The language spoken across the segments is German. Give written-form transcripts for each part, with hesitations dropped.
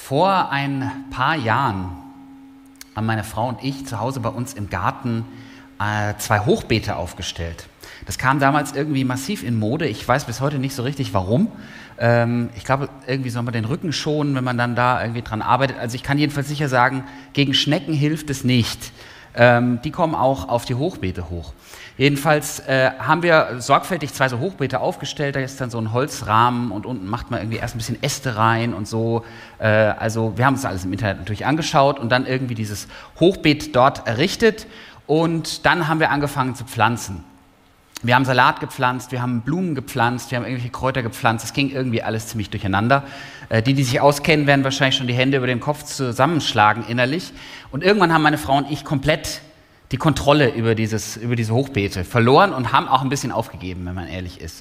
Vor ein paar Jahren haben meine Frau und ich zu Hause bei uns im Garten 2 Hochbeete aufgestellt. Das kam damals irgendwie massiv in Mode. Ich weiß bis heute nicht so richtig, warum. Ich glaube, irgendwie soll man den Rücken schonen, wenn man dann da irgendwie dran arbeitet. Also ich kann jedenfalls sicher sagen, gegen Schnecken hilft es nicht. Die kommen auch auf die Hochbeete hoch. Jedenfalls haben wir sorgfältig 2 so Hochbeete aufgestellt. Da ist dann so ein Holzrahmen und unten macht man irgendwie erst ein bisschen Äste rein und so. Also wir haben uns alles im Internet natürlich angeschaut und dann irgendwie dieses Hochbeet dort errichtet. Und dann haben wir angefangen zu pflanzen. Wir haben Salat gepflanzt, wir haben Blumen gepflanzt, wir haben irgendwelche Kräuter gepflanzt. Es ging irgendwie alles ziemlich durcheinander. Die sich auskennen, werden wahrscheinlich schon die Hände über den Kopf zusammenschlagen innerlich. Und irgendwann haben meine Frau und ich komplett die Kontrolle über diese Hochbeete verloren und haben auch ein bisschen aufgegeben, wenn man ehrlich ist.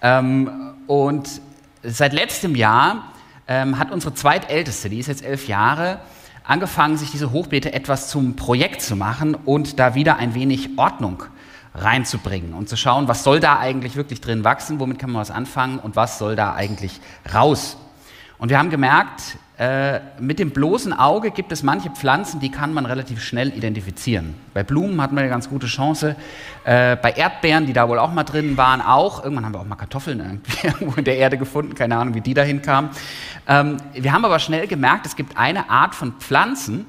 Und seit letztem Jahr hat unsere zweitälteste, die ist jetzt 11 Jahre, angefangen, sich diese Hochbeete etwas zum Projekt zu machen und da wieder ein wenig Ordnung reinzubringen und zu schauen, was soll da eigentlich wirklich drin wachsen, womit kann man was anfangen und was soll da eigentlich raus. Und wir haben gemerkt, mit dem bloßen Auge gibt es manche Pflanzen, die kann man relativ schnell identifizieren. Bei Blumen hat man eine ganz gute Chance, bei Erdbeeren, die da wohl auch mal drin waren, auch. Irgendwann haben wir auch mal Kartoffeln irgendwie irgendwo in der Erde gefunden, keine Ahnung, wie die dahin kamen. Wir haben aber schnell gemerkt, es gibt eine Art von Pflanzen,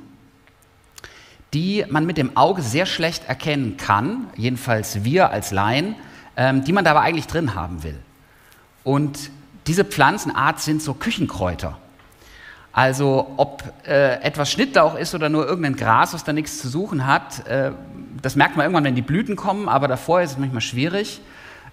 die man mit dem Auge sehr schlecht erkennen kann, jedenfalls wir als Laien, die man da aber eigentlich drin haben will. Und diese Pflanzenart sind so Küchenkräuter. Also ob etwas Schnittlauch ist oder nur irgendein Gras, was da nichts zu suchen hat, das merkt man irgendwann, wenn die Blüten kommen, aber davor ist es manchmal schwierig.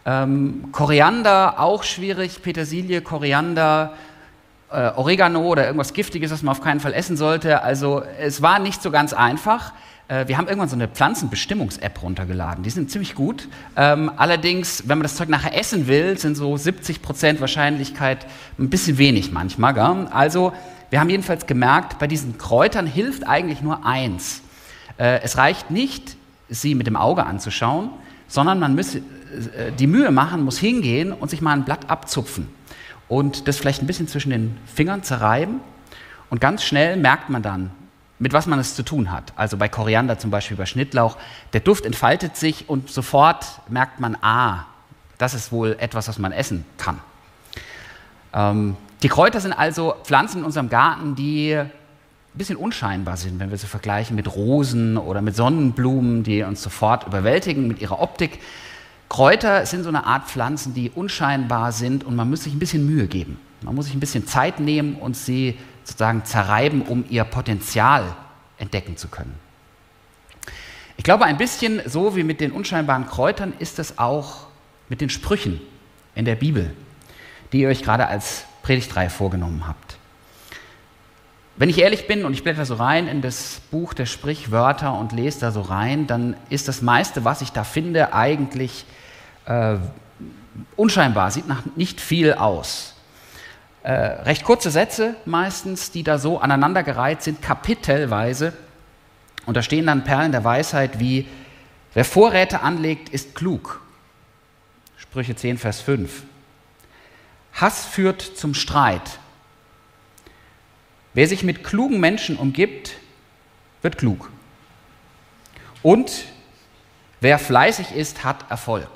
Koriander auch schwierig, Petersilie, Koriander, Oregano oder irgendwas Giftiges, was man auf keinen Fall essen sollte. Also es war nicht so ganz einfach. Wir haben irgendwann so eine Pflanzenbestimmungs-App runtergeladen. Die sind ziemlich gut. Allerdings, wenn man das Zeug nachher essen will, sind so 70% Wahrscheinlichkeit ein bisschen wenig manchmal. Gell? Also wir haben jedenfalls gemerkt, bei diesen Kräutern hilft eigentlich nur eins. Es reicht nicht, sie mit dem Auge anzuschauen, sondern man muss die Mühe machen, muss hingehen und sich mal ein Blatt abzupfen. Und das vielleicht ein bisschen zwischen den Fingern zerreiben und ganz schnell merkt man dann, mit was man es zu tun hat. Also bei Koriander zum Beispiel, bei Schnittlauch, der Duft entfaltet sich und sofort merkt man, das ist wohl etwas, was man essen kann. Die Kräuter sind also Pflanzen in unserem Garten, die ein bisschen unscheinbar sind, wenn wir sie vergleichen mit Rosen oder mit Sonnenblumen, die uns sofort überwältigen mit ihrer Optik. Kräuter sind so eine Art Pflanzen, die unscheinbar sind und man muss sich ein bisschen Mühe geben. Man muss sich ein bisschen Zeit nehmen und sie sozusagen zerreiben, um ihr Potenzial entdecken zu können. Ich glaube, ein bisschen so wie mit den unscheinbaren Kräutern ist es auch mit den Sprüchen in der Bibel, die ihr euch gerade als Predigtreihe vorgenommen habt. Wenn ich ehrlich bin und ich blätter so rein in das Buch der Sprichwörter und lese da so rein, dann ist das meiste, was ich da finde, eigentlich unscheinbar, sieht nach nicht viel aus. Recht kurze Sätze meistens, die da so aneinandergereiht sind, kapitelweise. Und da stehen dann Perlen der Weisheit wie, wer Vorräte anlegt, ist klug. Sprüche 10, Vers 5. Hass führt zum Streit. Wer sich mit klugen Menschen umgibt, wird klug. Und wer fleißig ist, hat Erfolg.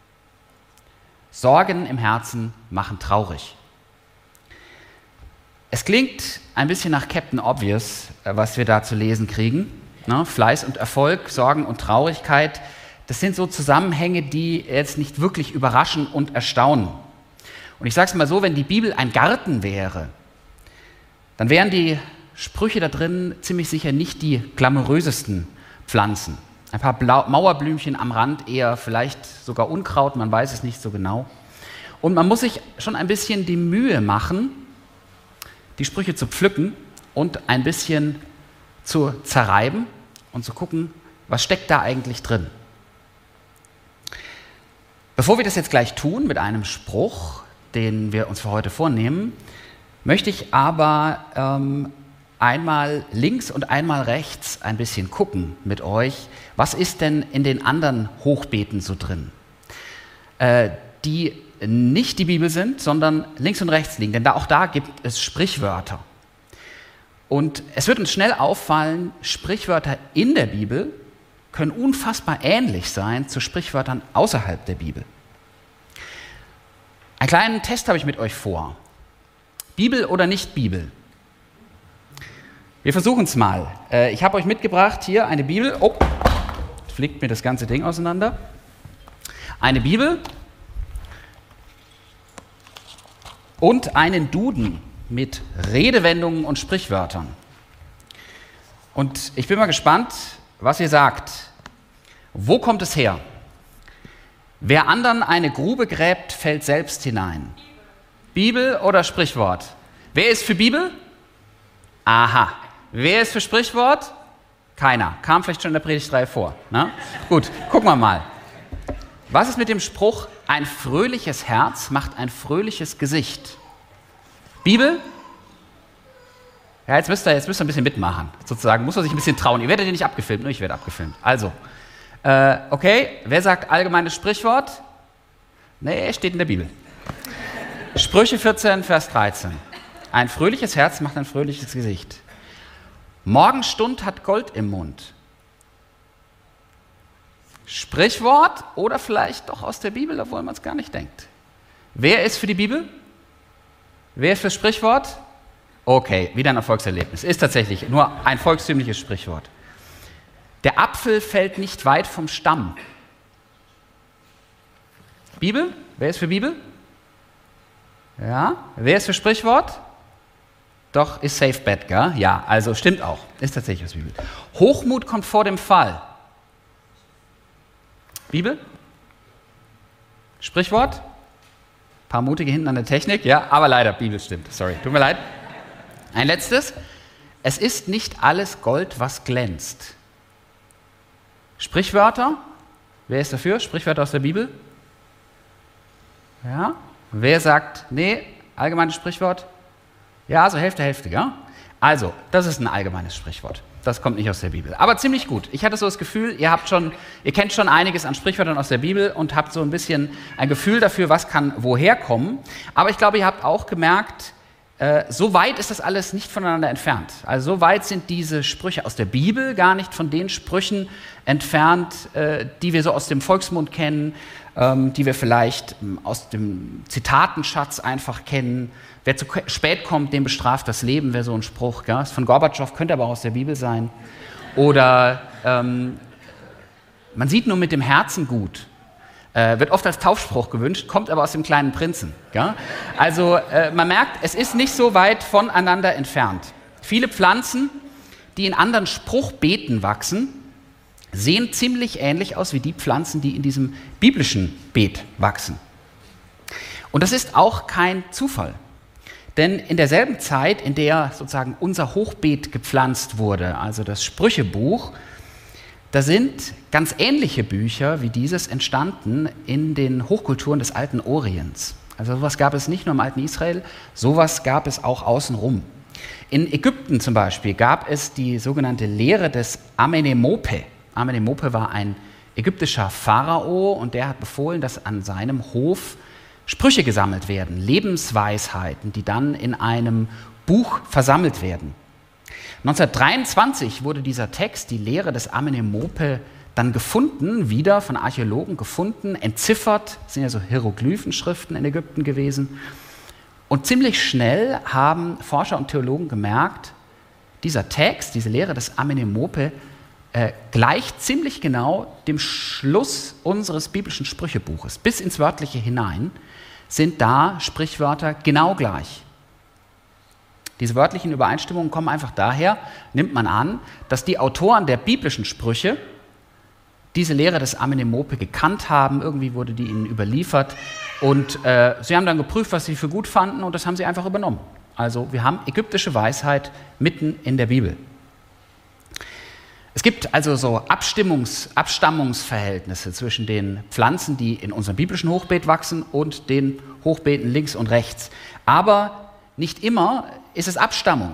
Sorgen im Herzen machen traurig. Es klingt ein bisschen nach Captain Obvious, was wir da zu lesen kriegen. Ne? Fleiß und Erfolg, Sorgen und Traurigkeit, das sind so Zusammenhänge, die jetzt nicht wirklich überraschen und erstaunen. Und ich sage es mal so, wenn die Bibel ein Garten wäre, dann wären die Sprüche da drin ziemlich sicher nicht die glamourösesten Pflanzen. Ein paar Mauerblümchen am Rand, eher vielleicht sogar Unkraut, man weiß es nicht so genau. Und man muss sich schon ein bisschen die Mühe machen, die Sprüche zu pflücken und ein bisschen zu zerreiben und zu gucken, was steckt da eigentlich drin. Bevor wir das jetzt gleich tun mit einem Spruch, den wir uns für heute vornehmen, möchte ich aber einmal links und einmal rechts ein bisschen gucken mit euch, was ist denn in den anderen Hochbeeten so drin, die nicht die Bibel sind, sondern links und rechts liegen, denn auch da gibt es Sprichwörter. Und es wird uns schnell auffallen, Sprichwörter in der Bibel können unfassbar ähnlich sein zu Sprichwörtern außerhalb der Bibel. Einen kleinen Test habe ich mit euch vor. Bibel oder nicht Bibel? Wir versuchen es mal. Ich habe euch mitgebracht hier eine Bibel. Oh, jetzt fliegt mir das ganze Ding auseinander. Eine Bibel und einen Duden mit Redewendungen und Sprichwörtern. Und ich bin mal gespannt, was ihr sagt. Wo kommt es her? Wer anderen eine Grube gräbt, fällt selbst hinein. Bibel oder Sprichwort? Wer ist für Bibel? Aha. Wer ist für Sprichwort? Keiner. Kam vielleicht schon in der Predigtreihe vor. Ne? Gut, gucken wir mal. Was ist mit dem Spruch, ein fröhliches Herz macht ein fröhliches Gesicht? Bibel? Ja, jetzt müsst ihr ein bisschen mitmachen, sozusagen. Muss man sich ein bisschen trauen. Ihr werdet ja nicht abgefilmt, nur ich werde abgefilmt. Also, okay, wer sagt allgemeines Sprichwort? Nee, steht in der Bibel. Sprüche 14, Vers 13. Ein fröhliches Herz macht ein fröhliches Gesicht. Morgenstund hat Gold im Mund. Sprichwort oder vielleicht doch aus der Bibel, obwohl man es gar nicht denkt. Wer ist für die Bibel? Wer ist für Sprichwort? Okay, wieder ein Erfolgserlebnis. Ist tatsächlich nur ein volkstümliches Sprichwort. Der Apfel fällt nicht weit vom Stamm. Bibel? Wer ist für Bibel? Ja. Wer ist für Sprichwort? Doch, ist safe bet, gell? Ja, also stimmt auch. Ist tatsächlich aus der Bibel. Hochmut kommt vor dem Fall. Bibel? Sprichwort? Ein paar Mutige hinten an der Technik, ja, aber leider, Bibel stimmt. Sorry, tut mir leid. Ein letztes. Es ist nicht alles Gold, was glänzt. Sprichwörter? Wer ist dafür? Sprichwörter aus der Bibel? Ja. Wer sagt, nee, allgemeines Sprichwort? Ja, so Hälfte, Hälfte, ja? Also, das ist ein allgemeines Sprichwort. Das kommt nicht aus der Bibel. Aber ziemlich gut. Ich hatte so das Gefühl, ihr kennt schon einiges an Sprichwörtern aus der Bibel und habt so ein bisschen ein Gefühl dafür, was kann woher kommen. Aber ich glaube, ihr habt auch gemerkt, so weit ist das alles nicht voneinander entfernt. Also so weit sind diese Sprüche aus der Bibel gar nicht von den Sprüchen entfernt, die wir so aus dem Volksmund kennen, die wir vielleicht aus dem Zitatenschatz einfach kennen. Wer zu spät kommt, dem bestraft das Leben, wäre so ein Spruch. Gell? Ist von Gorbatschow, könnte aber auch aus der Bibel sein. Oder man sieht nur mit dem Herzen gut. Wird oft als Taufspruch gewünscht, kommt aber aus dem Kleinen Prinzen. Gell? Also man merkt, es ist nicht so weit voneinander entfernt. Viele Pflanzen, die in anderen Spruchbeeten wachsen, sehen ziemlich ähnlich aus wie die Pflanzen, die in diesem biblischen Beet wachsen. Und das ist auch kein Zufall. Denn in derselben Zeit, in der sozusagen unser Hochbeet gepflanzt wurde, also das Sprüchebuch, da sind ganz ähnliche Bücher wie dieses entstanden in den Hochkulturen des alten Orients. Also sowas gab es nicht nur im alten Israel, sowas gab es auch außenrum. In Ägypten zum Beispiel gab es die sogenannte Lehre des Amenemope. Amenemope war ein ägyptischer Pharao und der hat befohlen, dass an seinem Hof Sprüche gesammelt werden, Lebensweisheiten, die dann in einem Buch versammelt werden. 1923 wurde dieser Text, die Lehre des Amenemope, dann gefunden, wieder von Archäologen gefunden, entziffert, das sind ja so Hieroglyphenschriften in Ägypten gewesen. Und ziemlich schnell haben Forscher und Theologen gemerkt, dieser Text, diese Lehre des Amenemope, gleicht ziemlich genau dem Schluss unseres biblischen Sprüchebuches. Bis ins Wörtliche hinein sind da Sprichwörter genau gleich. Diese wörtlichen Übereinstimmungen kommen einfach daher, nimmt man an, dass die Autoren der biblischen Sprüche diese Lehre des Amenemope gekannt haben, irgendwie wurde die ihnen überliefert und sie haben dann geprüft, was sie für gut fanden und das haben sie einfach übernommen. Also wir haben ägyptische Weisheit mitten in der Bibel. Es gibt also so Abstammungsverhältnisse zwischen den Pflanzen, die in unserem biblischen Hochbeet wachsen und den Hochbeeten links und rechts. Aber nicht immer ist es Abstammung.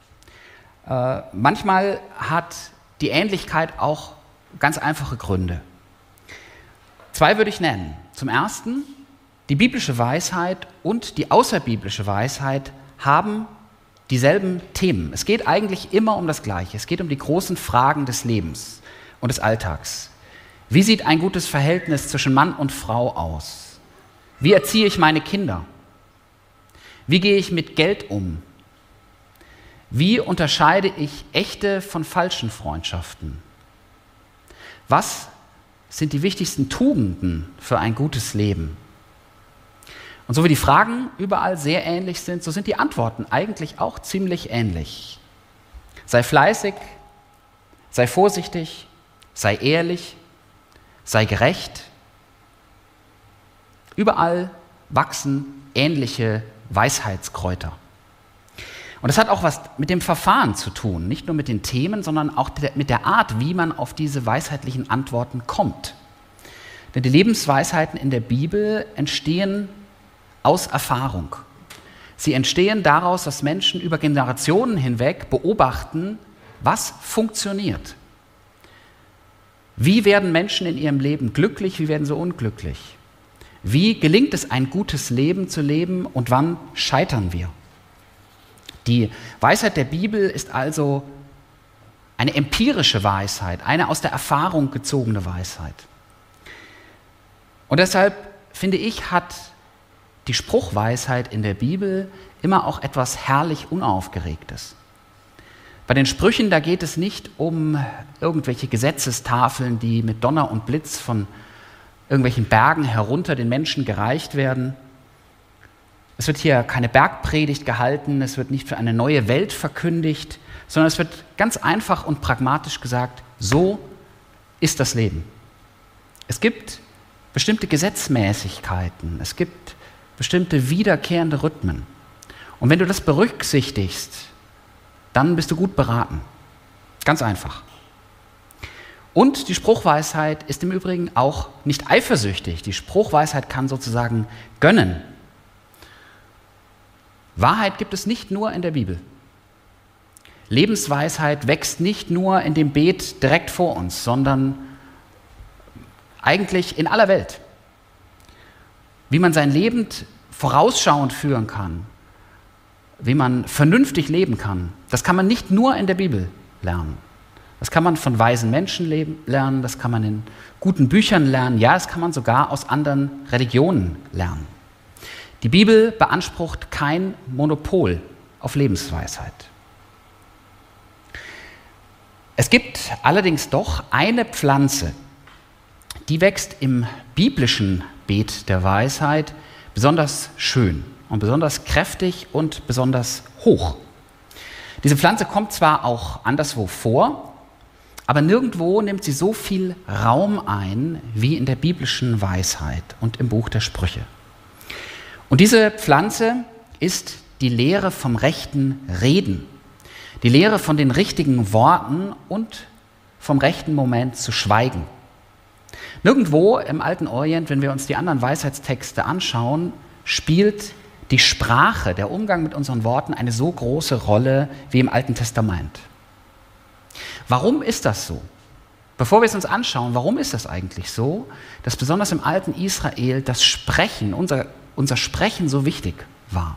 Manchmal hat die Ähnlichkeit auch ganz einfache Gründe. Zwei würde ich nennen. Zum Ersten, die biblische Weisheit und die außerbiblische Weisheit haben dieselben Themen. Es geht eigentlich immer um das Gleiche. Es geht um die großen Fragen des Lebens und des Alltags. Wie sieht ein gutes Verhältnis zwischen Mann und Frau aus? Wie erziehe ich meine Kinder? Wie gehe ich mit Geld um? Wie unterscheide ich echte von falschen Freundschaften? Was sind die wichtigsten Tugenden für ein gutes Leben? Und so wie die Fragen überall sehr ähnlich sind, so sind die Antworten eigentlich auch ziemlich ähnlich. Sei fleißig, sei vorsichtig, sei ehrlich, sei gerecht. Überall wachsen ähnliche Weisheitskräuter. Und das hat auch was mit dem Verfahren zu tun, nicht nur mit den Themen, sondern auch mit der Art, wie man auf diese weisheitlichen Antworten kommt. Denn die Lebensweisheiten in der Bibel entstehen aus Erfahrung. Sie entstehen daraus, dass Menschen über Generationen hinweg beobachten, was funktioniert. Wie werden Menschen in ihrem Leben glücklich, wie werden sie unglücklich? Wie gelingt es, ein gutes Leben zu leben und wann scheitern wir? Die Weisheit der Bibel ist also eine empirische Weisheit, eine aus der Erfahrung gezogene Weisheit. Und deshalb, finde ich, hat die Spruchweisheit in der Bibel immer auch etwas herrlich Unaufgeregtes. Bei den Sprüchen, da geht es nicht um irgendwelche Gesetzestafeln, die mit Donner und Blitz von irgendwelchen Bergen herunter den Menschen gereicht werden. Es wird hier keine Bergpredigt gehalten, es wird nicht für eine neue Welt verkündigt, sondern es wird ganz einfach und pragmatisch gesagt, so ist das Leben. Es gibt bestimmte Gesetzmäßigkeiten, es gibt bestimmte wiederkehrende Rhythmen. Und wenn du das berücksichtigst, dann bist du gut beraten. Ganz einfach. Und die Spruchweisheit ist im Übrigen auch nicht eifersüchtig. Die Spruchweisheit kann sozusagen gönnen. Wahrheit gibt es nicht nur in der Bibel. Lebensweisheit wächst nicht nur in dem Beet direkt vor uns, sondern eigentlich in aller Welt. Wie man sein Leben vorausschauend führen kann, wie man vernünftig leben kann, das kann man nicht nur in der Bibel lernen. Das kann man von weisen Menschen lernen, das kann man in guten Büchern lernen, ja, das kann man sogar aus anderen Religionen lernen. Die Bibel beansprucht kein Monopol auf Lebensweisheit. Es gibt allerdings doch eine Pflanze, die wächst im biblischen Beet der Weisheit besonders schön und besonders kräftig und besonders hoch. Diese Pflanze kommt zwar auch anderswo vor, aber nirgendwo nimmt sie so viel Raum ein wie in der biblischen Weisheit und im Buch der Sprüche. Und diese Pflanze ist die Lehre vom rechten Reden, die Lehre von den richtigen Worten und vom rechten Moment zu schweigen. Nirgendwo im Alten Orient, wenn wir uns die anderen Weisheitstexte anschauen, spielt die Sprache, der Umgang mit unseren Worten eine so große Rolle wie im Alten Testament. Warum ist das so? Bevor wir es uns anschauen, warum ist das eigentlich so, dass besonders im alten Israel das Sprechen, unser Sprechen so wichtig war?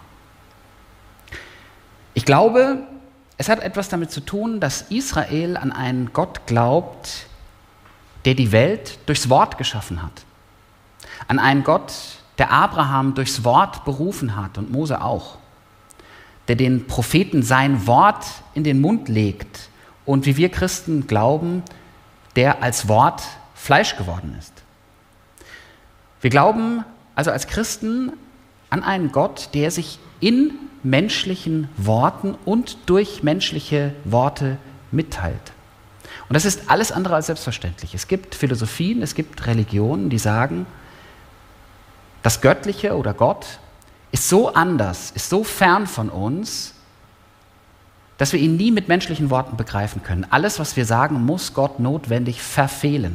Ich glaube, es hat etwas damit zu tun, dass Israel an einen Gott glaubt, der die Welt durchs Wort geschaffen hat. An einen Gott, der Abraham durchs Wort berufen hat und Mose auch. Der den Propheten sein Wort in den Mund legt und wie wir Christen glauben, der als Wort Fleisch geworden ist. Wir glauben also als Christen an einen Gott, der sich in menschlichen Worten und durch menschliche Worte mitteilt. Und das ist alles andere als selbstverständlich. Es gibt Philosophien, es gibt Religionen, die sagen, das Göttliche oder Gott ist so anders, ist so fern von uns, dass wir ihn nie mit menschlichen Worten begreifen können. Alles, was wir sagen, muss Gott notwendig verfehlen.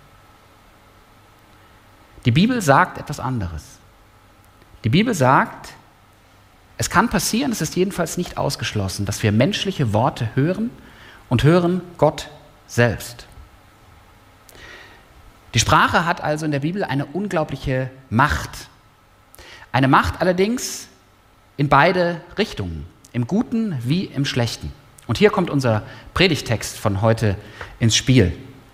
Die Bibel sagt etwas anderes. Die Bibel sagt, es kann passieren, es ist jedenfalls nicht ausgeschlossen, dass wir menschliche Worte hören und hören Gott selbst. Die Sprache hat also in der Bibel eine unglaubliche Macht. Eine Macht allerdings in beide Richtungen. im Guten wie im Schlechten. Und hier kommt unser Predigttext von heute ins Spiel.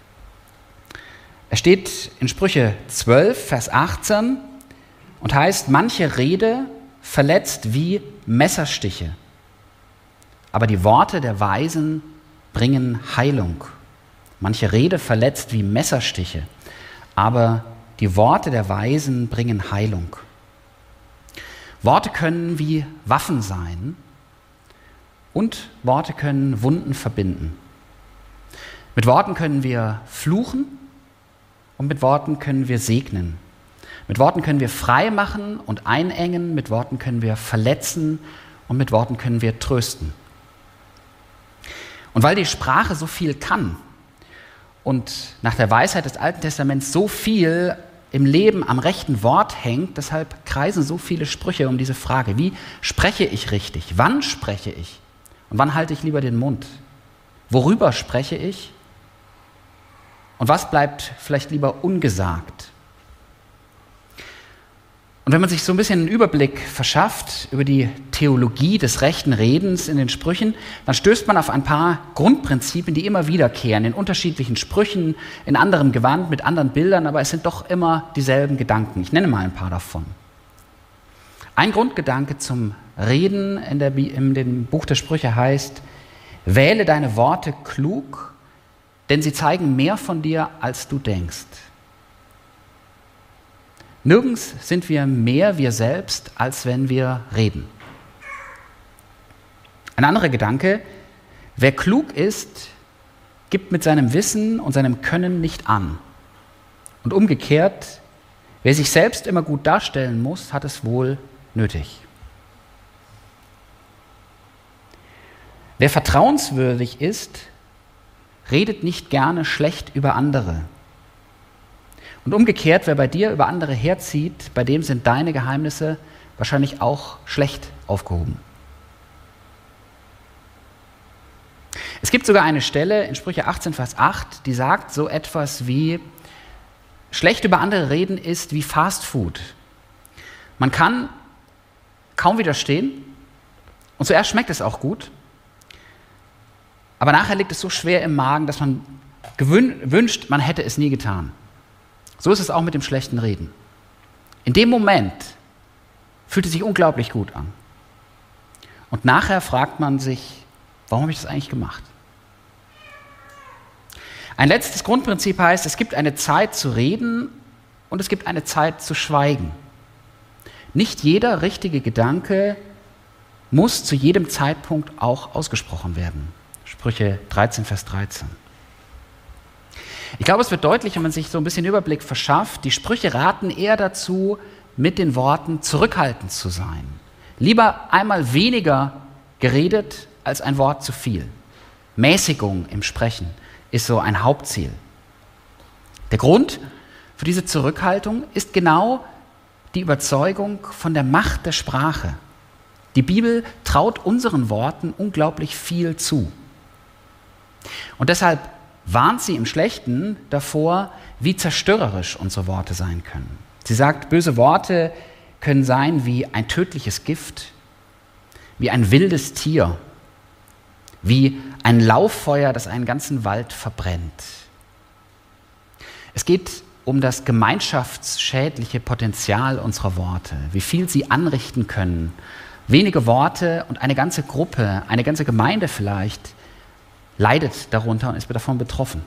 Er steht in Sprüche 12, Vers 18 und heißt: Manche Rede verletzt wie Messerstiche, aber die Worte der Weisen bringen Heilung. Manche Rede verletzt wie Messerstiche, aber die Worte der Weisen bringen Heilung. Worte können wie Waffen sein und Worte können Wunden verbinden. Mit Worten können wir fluchen und mit Worten können wir segnen. Mit Worten können wir frei machen und einengen, mit Worten können wir verletzen und mit Worten können wir trösten. Und weil die Sprache so viel kann und nach der Weisheit des Alten Testaments so viel im Leben am rechten Wort hängt, deshalb kreisen so viele Sprüche um diese Frage: Wie spreche ich richtig? Wann spreche ich? Und wann halte ich lieber den Mund? Worüber spreche ich? Und was bleibt vielleicht lieber ungesagt? Und wenn man sich so ein bisschen einen Überblick verschafft über die Theologie des rechten Redens in den Sprüchen, dann stößt man auf ein paar Grundprinzipien, die immer wiederkehren, in unterschiedlichen Sprüchen, in anderem Gewand, mit anderen Bildern, aber es sind doch immer dieselben Gedanken. Ich nenne mal ein paar davon. Ein Grundgedanke zum Reden in dem Buch der Sprüche heißt: Wähle deine Worte klug, denn sie zeigen mehr von dir, als du denkst. Nirgends sind wir mehr wir selbst, als wenn wir reden. Ein anderer Gedanke: Wer klug ist, gibt mit seinem Wissen und seinem Können nicht an. Und umgekehrt, wer sich selbst immer gut darstellen muss, hat es wohl nötig. Wer vertrauenswürdig ist, redet nicht gerne schlecht über andere. Und umgekehrt, wer bei dir über andere herzieht, bei dem sind deine Geheimnisse wahrscheinlich auch schlecht aufgehoben. Es gibt sogar eine Stelle in Sprüche 18, Vers 8, die sagt so etwas wie: Schlecht über andere reden ist wie Fast Food. Man kann kaum widerstehen und zuerst schmeckt es auch gut, aber nachher liegt es so schwer im Magen, dass man wünscht, man hätte es nie getan. So ist es auch mit dem schlechten Reden. In dem Moment fühlt es sich unglaublich gut an. Und nachher fragt man sich: Warum habe ich das eigentlich gemacht? Ein letztes Grundprinzip heißt: Es gibt eine Zeit zu reden und es gibt eine Zeit zu schweigen. Nicht jeder richtige Gedanke muss zu jedem Zeitpunkt auch ausgesprochen werden. Sprüche 13, Vers 13. Ich glaube, es wird deutlich, wenn man sich so ein bisschen Überblick verschafft: Die Sprüche raten eher dazu, mit den Worten zurückhaltend zu sein. Lieber einmal weniger geredet als ein Wort zu viel. Mäßigung im Sprechen ist so ein Hauptziel. Der Grund für diese Zurückhaltung ist genau die Überzeugung von der Macht der Sprache. Die Bibel traut unseren Worten unglaublich viel zu. Und deshalb warnt sie im Schlechten davor, wie zerstörerisch unsere Worte sein können. Sie sagt, böse Worte können sein wie ein tödliches Gift, wie ein wildes Tier, wie ein Lauffeuer, das einen ganzen Wald verbrennt. Es geht um das gemeinschaftsschädliche Potenzial unserer Worte, wie viel sie anrichten können. Wenige Worte und eine ganze Gruppe, eine ganze Gemeinde vielleicht, leidet darunter und ist davon betroffen.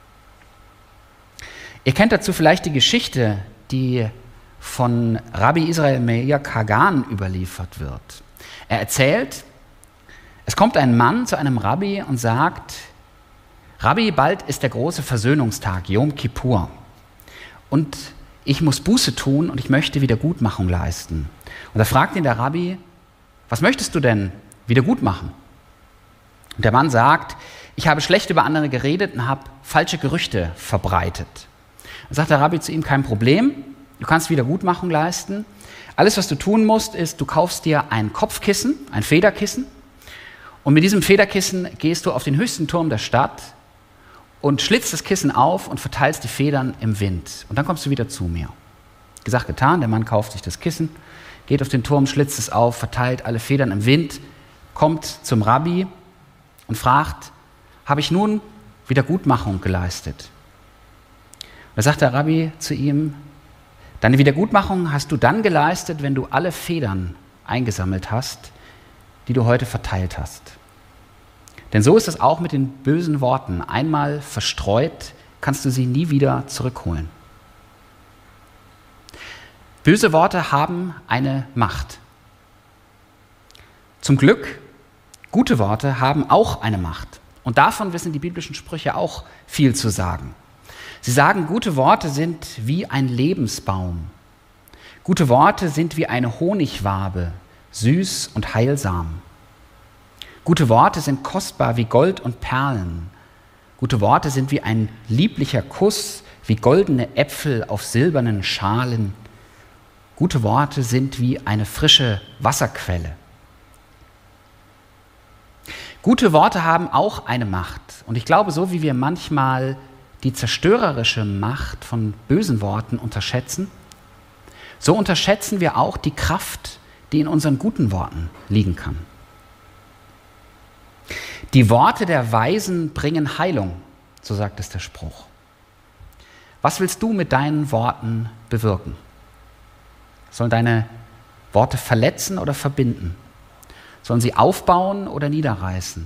Ihr kennt dazu vielleicht die Geschichte, die von Rabbi Israel Meir Kagan überliefert wird. Er erzählt, es kommt ein Mann zu einem Rabbi und sagt: Rabbi, bald ist der große Versöhnungstag, Yom Kippur. Und ich muss Buße tun und ich möchte Wiedergutmachung leisten. Und da fragt ihn der Rabbi: Was möchtest du denn wiedergutmachen? Und der Mann sagt: Ich habe schlecht über andere geredet und habe falsche Gerüchte verbreitet. Dann sagt der Rabbi zu ihm: Kein Problem, du kannst Wiedergutmachung leisten. Alles, was du tun musst, ist, du kaufst dir ein Kopfkissen, ein Federkissen, und mit diesem Federkissen gehst du auf den höchsten Turm der Stadt und schlitzt das Kissen auf und verteilst die Federn im Wind. Und dann kommst du wieder zu mir. Gesagt, getan, der Mann kauft sich das Kissen, geht auf den Turm, schlitzt es auf, verteilt alle Federn im Wind, kommt zum Rabbi und fragt, habe ich nun Wiedergutmachung geleistet? Da sagt der Rabbi zu ihm, deine Wiedergutmachung hast du dann geleistet, wenn du alle Federn eingesammelt hast, die du heute verteilt hast. Denn so ist es auch mit den bösen Worten. Einmal verstreut, kannst du sie nie wieder zurückholen. Böse Worte haben eine Macht. Zum Glück, gute Worte haben auch eine Macht. Und davon wissen die biblischen Sprüche auch viel zu sagen. Sie sagen, gute Worte sind wie ein Lebensbaum. Gute Worte sind wie eine Honigwabe, süß und heilsam. Gute Worte sind kostbar wie Gold und Perlen. Gute Worte sind wie ein lieblicher Kuss, wie goldene Äpfel auf silbernen Schalen. Gute Worte sind wie eine frische Wasserquelle. Gute Worte haben auch eine Macht. Und ich glaube, so wie wir manchmal die zerstörerische Macht von bösen Worten unterschätzen, so unterschätzen wir auch die Kraft, die in unseren guten Worten liegen kann. Die Worte der Weisen bringen Heilung, so sagt es der Spruch. Was willst du mit deinen Worten bewirken? Sollen deine Worte verletzen oder verbinden? Sollen sie aufbauen oder niederreißen?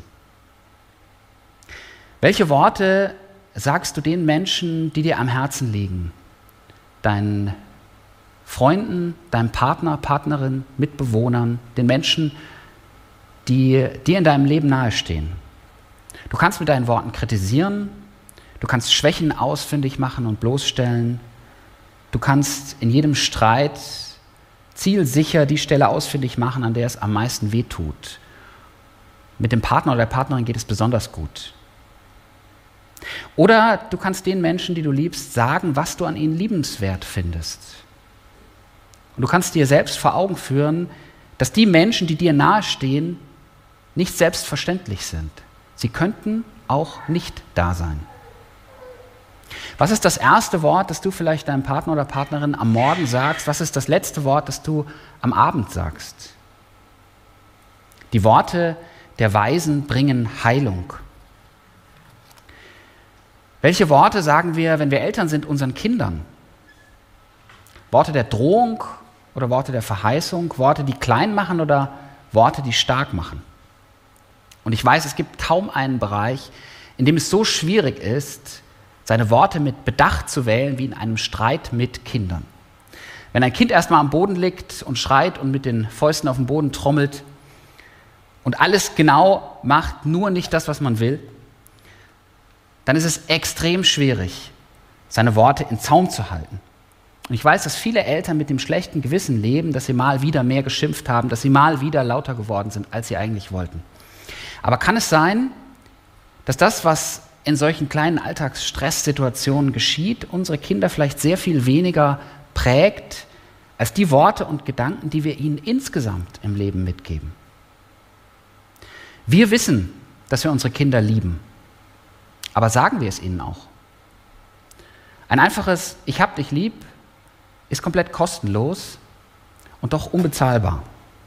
Welche Worte sagst du den Menschen, die dir am Herzen liegen? Deinen Freunden, deinem Partner, Partnerin, Mitbewohnern, den Menschen, die dir in deinem Leben nahestehen. Du kannst mit deinen Worten kritisieren, du kannst Schwächen ausfindig machen und bloßstellen, du kannst in jedem Streit zielsicher die Stelle ausfindig machen, an der es am meisten wehtut. Mit dem Partner oder der Partnerin geht es besonders gut. Oder du kannst den Menschen, die du liebst, sagen, was du an ihnen liebenswert findest. Und du kannst dir selbst vor Augen führen, dass die Menschen, die dir nahestehen, nicht selbstverständlich sind. Sie könnten auch nicht da sein. Was ist das erste Wort, das du vielleicht deinem Partner oder Partnerin am Morgen sagst? Was ist das letzte Wort, das du am Abend sagst? Die Worte der Weisen bringen Heilung. Welche Worte sagen wir, wenn wir Eltern sind, unseren Kindern? Worte der Drohung oder Worte der Verheißung? Worte, die klein machen oder Worte, die stark machen? Und ich weiß, es gibt kaum einen Bereich, in dem es so schwierig ist, seine Worte mit Bedacht zu wählen, wie in einem Streit mit Kindern. Wenn ein Kind erstmal am Boden liegt und schreit und mit den Fäusten auf dem Boden trommelt und alles genau macht, nur nicht das, was man will, dann ist es extrem schwierig, seine Worte in Zaum zu halten. Und ich weiß, dass viele Eltern mit dem schlechten Gewissen leben, dass sie mal wieder mehr geschimpft haben, dass sie mal wieder lauter geworden sind, als sie eigentlich wollten. Aber kann es sein, dass das, was in solchen kleinen Alltagsstresssituationen geschieht, unsere Kinder vielleicht sehr viel weniger prägt, als die Worte und Gedanken, die wir ihnen insgesamt im Leben mitgeben? Wir wissen, dass wir unsere Kinder lieben, aber sagen wir es ihnen auch? Ein einfaches „Ich hab dich lieb" ist komplett kostenlos und doch unbezahlbar.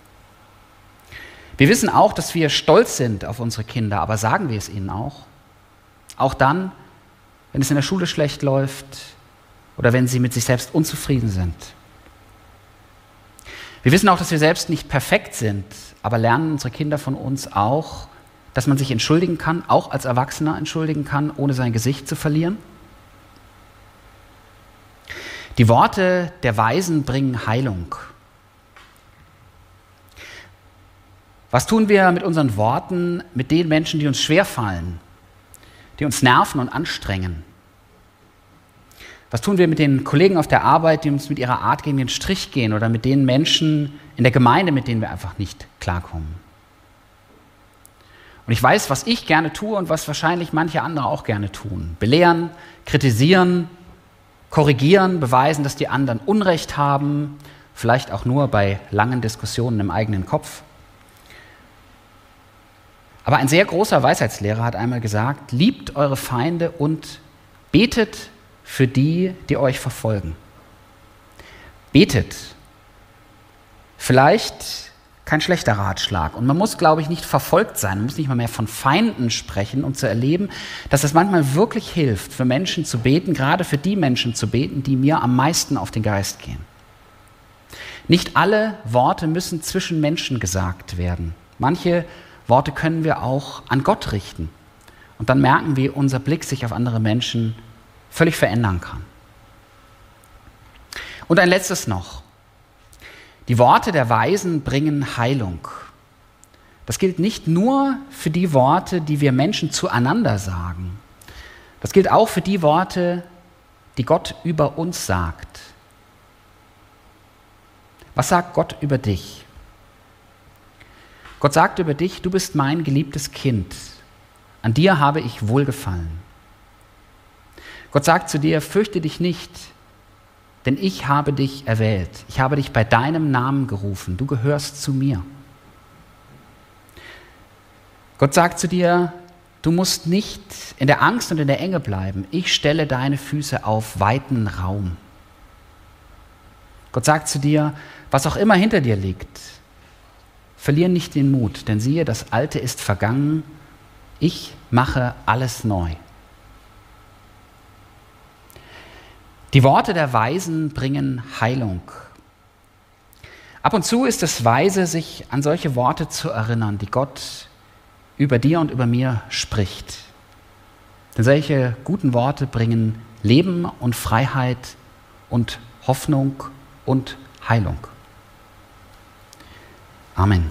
Wir wissen auch, dass wir stolz sind auf unsere Kinder, aber sagen wir es ihnen auch? Auch dann, wenn es in der Schule schlecht läuft oder wenn sie mit sich selbst unzufrieden sind. Wir wissen auch, dass wir selbst nicht perfekt sind, aber lernen unsere Kinder von uns auch, dass man sich entschuldigen kann, auch als Erwachsener entschuldigen kann, ohne sein Gesicht zu verlieren? Die Worte der Weisen bringen Heilung. Was tun wir mit unseren Worten, mit den Menschen, die uns schwerfallen, die uns nerven und anstrengen? Was tun wir mit den Kollegen auf der Arbeit, die uns mit ihrer Art gegen den Strich gehen, oder mit den Menschen in der Gemeinde, mit denen wir einfach nicht klarkommen? Und ich weiß, was ich gerne tue und was wahrscheinlich manche andere auch gerne tun. Belehren, kritisieren, korrigieren, beweisen, dass die anderen Unrecht haben, vielleicht auch nur bei langen Diskussionen im eigenen Kopf. Aber ein sehr großer Weisheitslehrer hat einmal gesagt: Liebt eure Feinde und betet für die, die euch verfolgen. Betet. Vielleicht kein schlechter Ratschlag. Und man muss, glaube ich, nicht verfolgt sein. Man muss nicht mal mehr von Feinden sprechen, um zu erleben, dass es manchmal wirklich hilft, für Menschen zu beten, gerade für die Menschen zu beten, die mir am meisten auf den Geist gehen. Nicht alle Worte müssen zwischen Menschen gesagt werden. Manche Worte können wir auch an Gott richten. Und dann merken wir, wie unser Blick sich auf andere Menschen völlig verändern kann. Und ein letztes noch. Die Worte der Weisen bringen Heilung. Das gilt nicht nur für die Worte, die wir Menschen zueinander sagen. Das gilt auch für die Worte, die Gott über uns sagt. Was sagt Gott über dich? Gott sagt über dich, du bist mein geliebtes Kind. An dir habe ich Wohlgefallen. Gott sagt zu dir, fürchte dich nicht, denn ich habe dich erwählt. Ich habe dich bei deinem Namen gerufen. Du gehörst zu mir. Gott sagt zu dir, du musst nicht in der Angst und in der Enge bleiben. Ich stelle deine Füße auf weiten Raum. Gott sagt zu dir, was auch immer hinter dir liegt, verlier nicht den Mut, denn siehe, das Alte ist vergangen. Ich mache alles neu. Die Worte der Weisen bringen Heilung. Ab und zu ist es weise, sich an solche Worte zu erinnern, die Gott über dir und über mir spricht. Denn solche guten Worte bringen Leben und Freiheit und Hoffnung und Heilung. Amen.